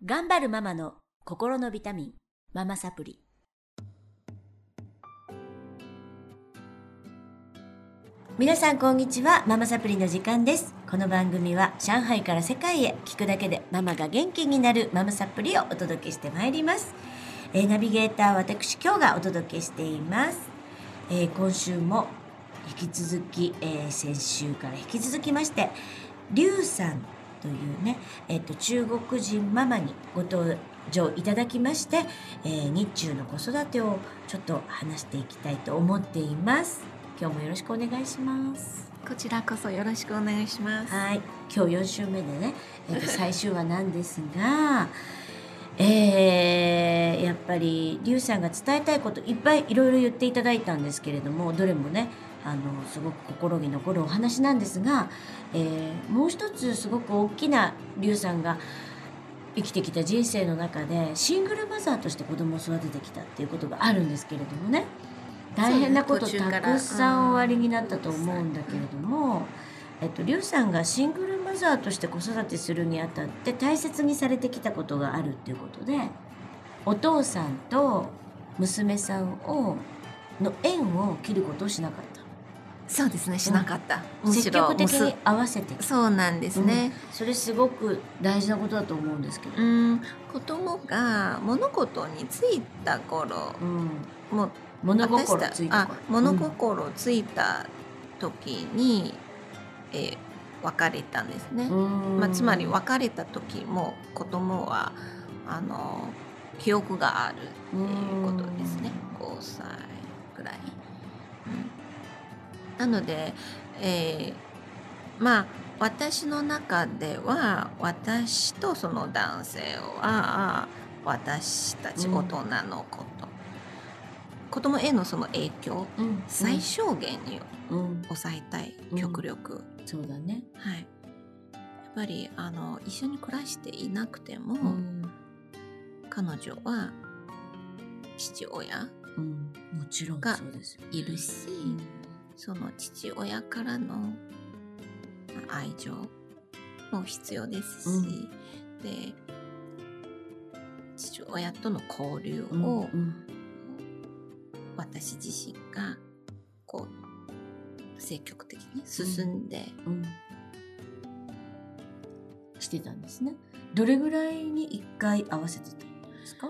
頑張るママの心のビタミン、ママサプリ。皆さんこんにちは。ママサプリの時間です。この番組は上海から世界へ、聞くだけでママが元気になるママサプリをお届けしてまいります。ナビゲーター私今日がお届けしています。今週も引き続き、先週から引き続きまして劉さんというね、中国人ママにご登場いただきまして、日中の子育てをちょっと話していきたいと思っています。今日もよろしくお願いします。 こちらこそよろしくお願いします。 はい、今日4週目でね、最終話なんですがやっぱり劉さんが伝えたいこといっぱいいろいろ言っていただいたんですけれども、どれもねすごく心に残るお話なんですが、もう一つすごく大きな劉さんが生きてきた人生の中でシングルマザーとして子供を育ててきたっていうことがあるんですけれどもね、大変なことたくさんおありになったと思うんだけれども、劉さんがシングルマザーとして子育てするにあたって大切にされてきたことがあるっていうことで、お父さんと娘さんの縁を切ることをしなかった。 そうですね、しなかった、むし積ろ極的に合わせてきた。 そうなんですね、 それすごく大事なことだと思うんですけど、 子供が物事についた頃、もう物心ついた頃、 物心ついた時に、別れたんですね。つまり別れた時も子供は記憶があるっていうことですね。5歳ぐらい、なので、私の中では私とその男性は私たち大人のこと、子供へのその影響、最小限に抑えたい、極力、 そうだね。 はい。やっぱり一緒に暮らしていなくても、彼女は父親もちろんがそうですよいるし、その父親からの愛情も必要ですし、で父親との交流を、私自身がこう積極的に進んで、 してたんですね。どれぐらいに1回合わせてたんですか？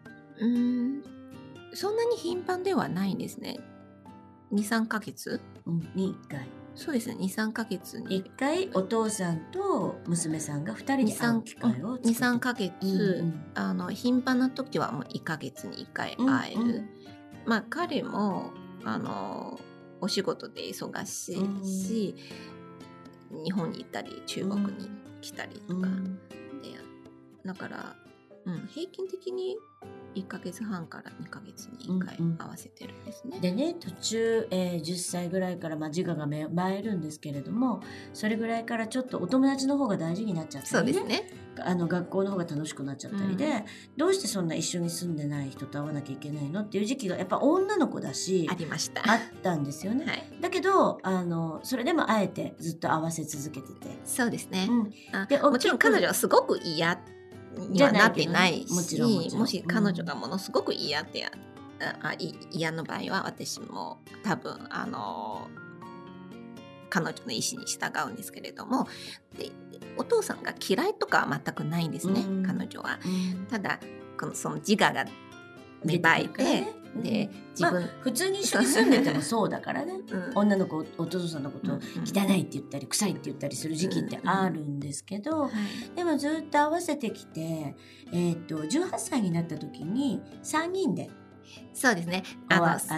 そんなに頻繁ではないんですね。 2,3 ヶ月に1回。 そうですね、 2,3 ヶ月に 1回お父さんと娘さんが2人で会う機会を作って 2,3 ヶ月、頻繁な時はもう1ヶ月に1回会える、彼もお仕事で忙しいし、日本に行ったり中国に来たりとか、だから、平均的に1ヶ月半から2ヶ月に1回合わせてるんですね。 でね、途中、10歳ぐらいから自我が芽生えるんですけれども、それぐらいからちょっとお友達の方が大事になっちゃったりね。 そうですね。 学校の方が楽しくなっちゃったりで、どうしてそんな一緒に住んでない人と会わなきゃいけないのっていう時期がやっぱ女の子だしありました。 あったんですよね。だけどそれでもあえてずっと合わせ続けてて。 そうですね。 でもちろん彼女はすごく嫌にはなってないし、もし彼女がものすごく嫌の場合は私も多分彼女の意思に従うんですけれども、でお父さんが嫌いとかは全くないんですね、彼女は。ただその自我が芽生えて、で自分、 普通に一緒に住んでてもそうだからね、女の子お父さんのことを汚いって言ったり臭いって言ったりする時期ってあるんですけど、でもずっと合わせてきて、18歳になった時に3人でそうですね。 あった。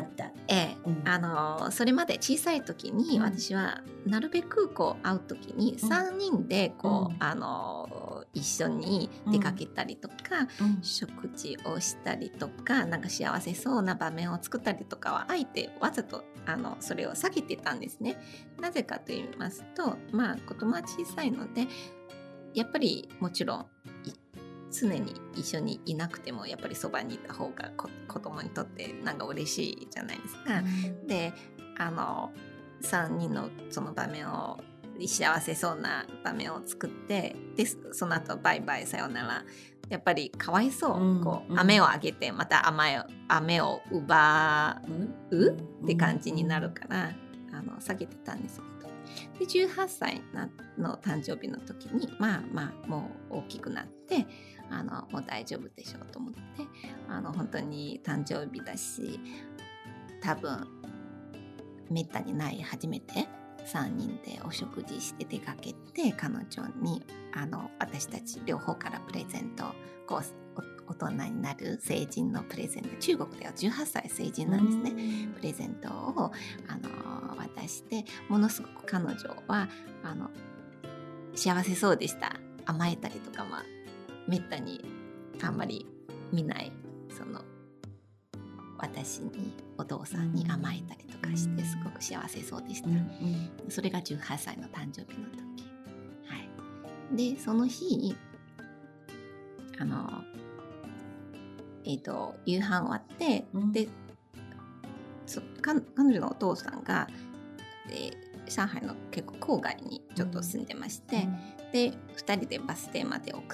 それまで小さい時に私はなるべく会う時に3人で一緒に出かけたりとか、食事をしたりとか、なんか幸せそうな場面を作ったりとかはあえてわざとそれを避けてたんですね。なぜかと言いますと、子供は小さいのでやっぱりもちろん常に一緒にいなくてもやっぱりそばにいた方が子供にとってなんか嬉しいじゃないですか。で3人のその場面を幸せそうな場面を作って、でその後バイバイさよならやっぱりかわいそう、こううん飴をあげてまた飴を奪うって感じになるから、下げてたんですけど、で18歳の誕生日の時にまあもう大きくなってもう大丈夫でしょうと思って、本当に誕生日だし多分めったにない初めて3人でお食事して出かけて、彼女に私たち両方からプレゼント、こう大人になる成人のプレゼント、中国では18歳成人なんですね、プレゼントを渡して、ものすごく彼女は幸せそうでした。甘えたりとか、めったにあんまり見ないその私にお父さんに甘えたりとかしてすごく幸せそうでした、それが18歳の誕生日の時、はい、でその日夕飯終わって、で彼女のお父さんが、上海の結構郊外にちょっと住んでまして、で2人でバス停まで送って、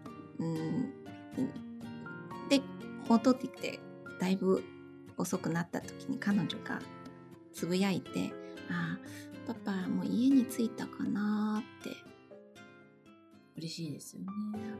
で戻ってきてだいぶ遅くなった時に彼女がつぶやいて、パパもう家に着いたかなって嬉しいですよね。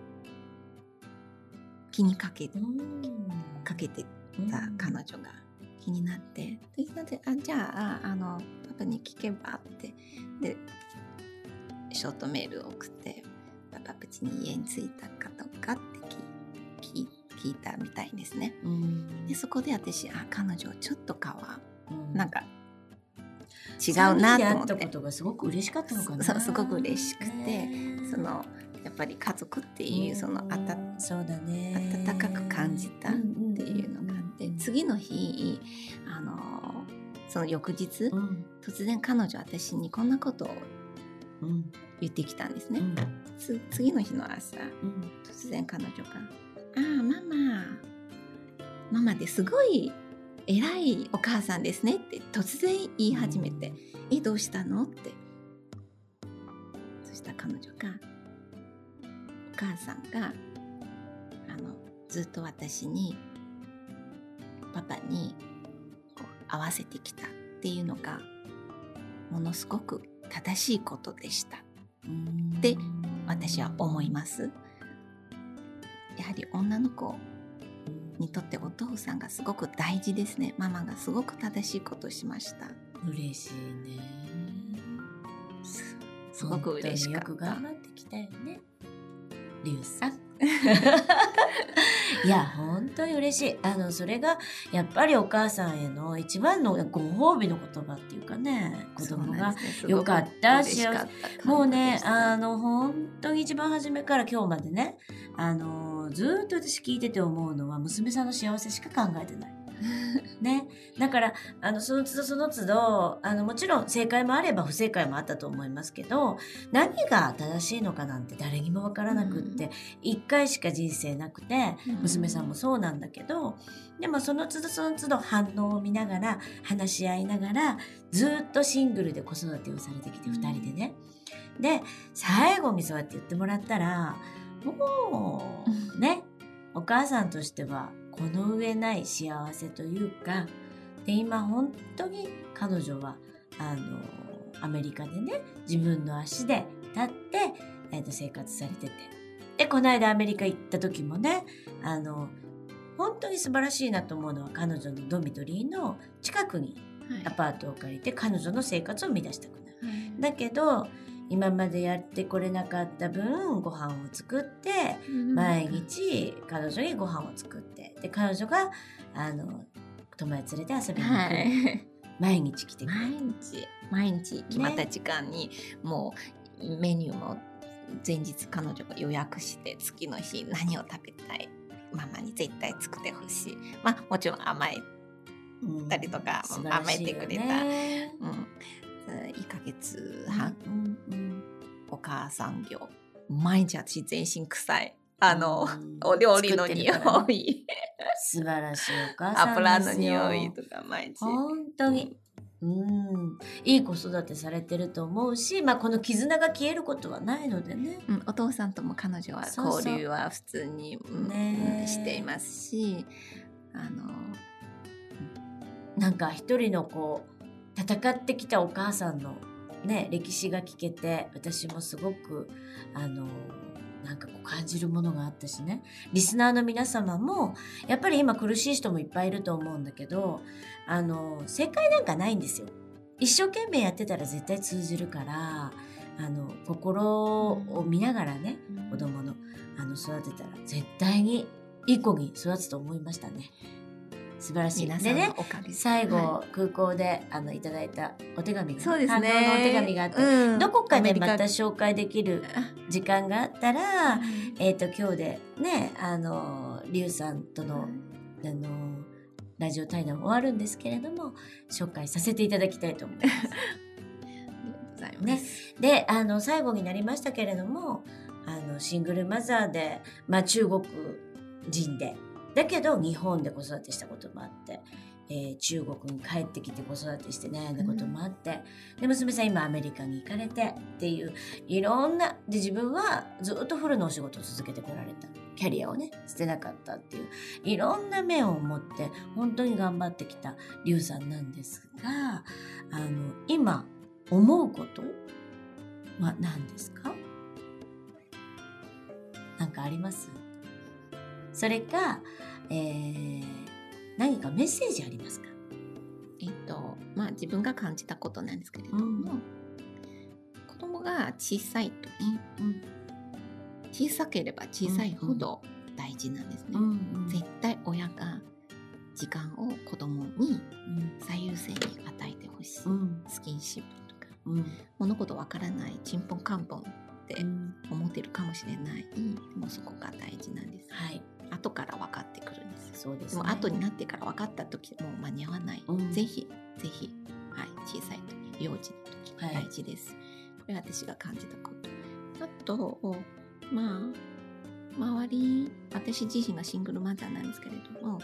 気にかけてた彼女が気になって、でじゃあパパに聞けばってでショートメールを送って、パパプチに家に着いたかどうかって聞いたみたいですね、でそこで私彼女ちょっとなんか違うなと思って、3人で会ったことがすごく嬉しかったのかな。 そうすごく嬉しくて、やっぱり家族っていうそうだね、 温かく感じたっていうのがあって、次の日その翌日、突然彼女私にこんなことを言ってきたんですね、次の日の朝、突然彼女がママですごい偉いお母さんですねって突然言い始めて、どうしたのって。そしたら彼女が、お母さんがずっと私にパパにこう合わせてきたっていうのがものすごく正しいことでしたって私は思います。やはり女の子にとってお父さんがすごく大事ですね。ママがすごく正しいことをしました。 嬉しいね。 すごく嬉しかった。 よく頑張ってきたよね、リュウさん。いや本当に嬉しい。それがやっぱりお母さんへの一番のご褒美の言葉っていうかね、子供がよかった、幸せ。もうね本当に一番初めから今日までね、ずっと私聞いてて思うのは、娘さんの幸せしか考えてないね。だからその都度もちろん正解もあれば不正解もあったと思いますけど、何が正しいのかなんて誰にも分からなくって、1回しか人生なくて、娘さんもそうなんだけど、でもその都度反応を見ながら話し合いながらずっとシングルで子育てをされてきて、2人でね、で最後にそうやって言ってもらったら、もうね、お母さんとしてはこの上ない幸せというかで、今本当に彼女はアメリカでね、自分の足で立って、生活されてて、でこの間アメリカ行った時もね、本当に素晴らしいなと思うのは、彼女のドミトリーの近くにアパートを借りて彼女の生活を乱したくない、だけど今までやってこれなかった分ご飯を作って、毎日彼女にご飯を作って、で彼女が友達連れて遊びに行く、毎日来てくれる、 毎日決まった時間に、もうメニューも前日彼女が予約して、次の日何を食べたい、ママに絶対作ってほしい、もちろん甘えたりとか、甘えてくれた、1ヶ月半、お母さん業、毎日私全身臭いお料理の匂い、 素晴らしいお母さんですよ。 油の匂いとか毎日本当に、 いい子育てされてると思うし、まあ、この絆が消えることはないのでね、 お父さんとも彼女は交流は普通にしていますし、 なんか一人のこう戦ってきたお母さんのね歴史が聞けて、私もすごくなんかこう感じるものがあったしね、リスナーの皆様もやっぱり今苦しい人もいっぱいいると思うんだけど、正解なんかないんですよ。一生懸命やってたら絶対通じるから、心を見ながらね、子供の育てたら絶対にいい子に育つと思いましたね。素晴らしい。でね、最後、空港でいただいたお手紙が、 そうですね、 反応のお手紙があって、どこかでまた紹介できる時間があったら、今日でね、リュウさんとの、ラジオ対談終わるんですけれども、紹介させていただきたいと思います。ね、で、最後になりましたけれども、シングルマザーで、まあ中国人で、だけど日本で子育てしたこともあって、中国に帰ってきて子育てして悩んだこともあって、で娘さん今アメリカに行かれてっていういろんなで、自分はずっとフルのお仕事を続けてこられた、キャリアをね捨てなかったっていういろんな面を持って本当に頑張ってきたリュウさんなんですが、今思うことは何ですか？なんかあります？それか、何かメッセージありますか？ まあ自分が感じたことなんですけれども、子供が小さい時、小さければ小さいほど大事なんですね。絶対親が時間を子供に最優先に与えてほしい。スキンシップとか、物事わからないちんぽんかんぽんって思ってるかもしれない、でもそこが大事なんです。 はい。 後から分かってくるんです。 そうですね。 でも後になってから分かった時もう間に合わない。ぜひぜひ、はい、小さい時、幼児の時、大事です。これは私が感じたこと。あと、まあ周り、私自身がシングルマザーなんですけれども、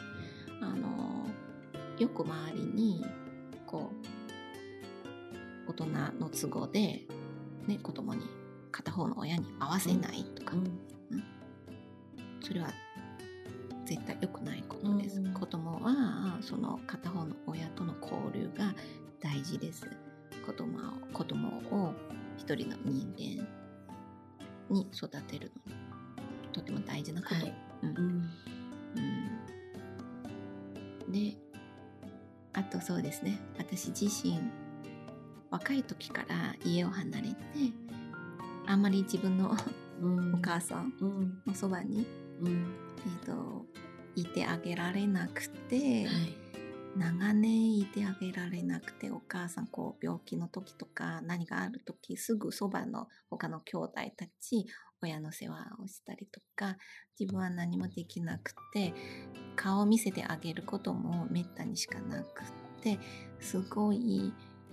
よく周りにこう大人の都合でね、子供に片方の親に合わせないとか、それは絶対良くないことです。子供はその片方の親との交流が大事です。子供を一人の人間に育てるのにとても大事なこと。で、あとそうですね、私自身若い時から家を離れて、あんまり自分のお母さんのそばにいてあげられなくて、長年いてあげられなくて、お母さんこう病気の時とか何がある時、すぐそばの他の兄弟たち親の世話をしたりとか、自分は何もできなくて顔を見せてあげることもめったにしかなくて、すごい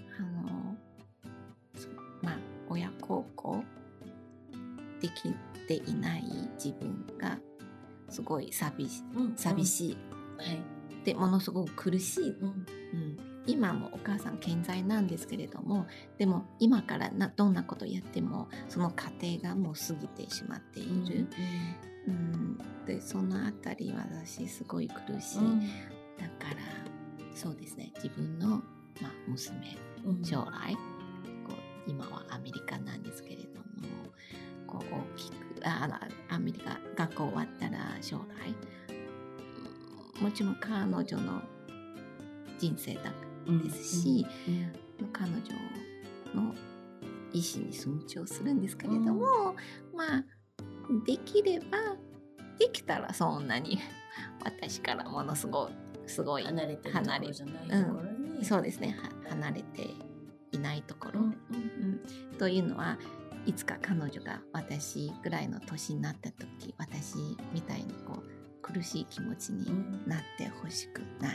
親孝行できていない自分がすごい寂しい、でものすごく苦しい、今もお母さん健在なんですけれども、でも今からどんなことやってもその過程がもう過ぎてしまっている、でそのあたり私すごい苦しい、だからそうですね、自分の、娘、将来今はアメリカなんですけれども、こう大きくアメリカ学校終わったら将来、もちろん彼女の人生ですし、彼女の意思に尊重するんですけれども、できればできたらそんなに私からものすごい離れてるところじゃないところに、 そうですね、離れていないところ、というのは、いつか彼女が私ぐらいの年になった時、私みたいにこう苦しい気持ちになってほしくない、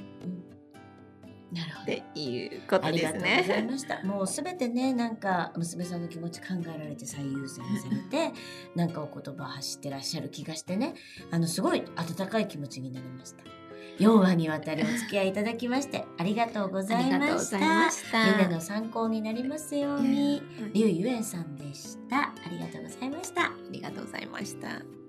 なるほどっていうことですね。 ありがとうございました。もうすべてね、なんか娘さんの気持ち考えられて最優先されてなんかお言葉発してらっしゃる気がしてね、すごい温かい気持ちになりました。 4話にわたりお付き合いいただきましてありがとうございました。みんなの参考になりますように。劉ゆえんさんでした。ありがとうございました。 ありがとうございました。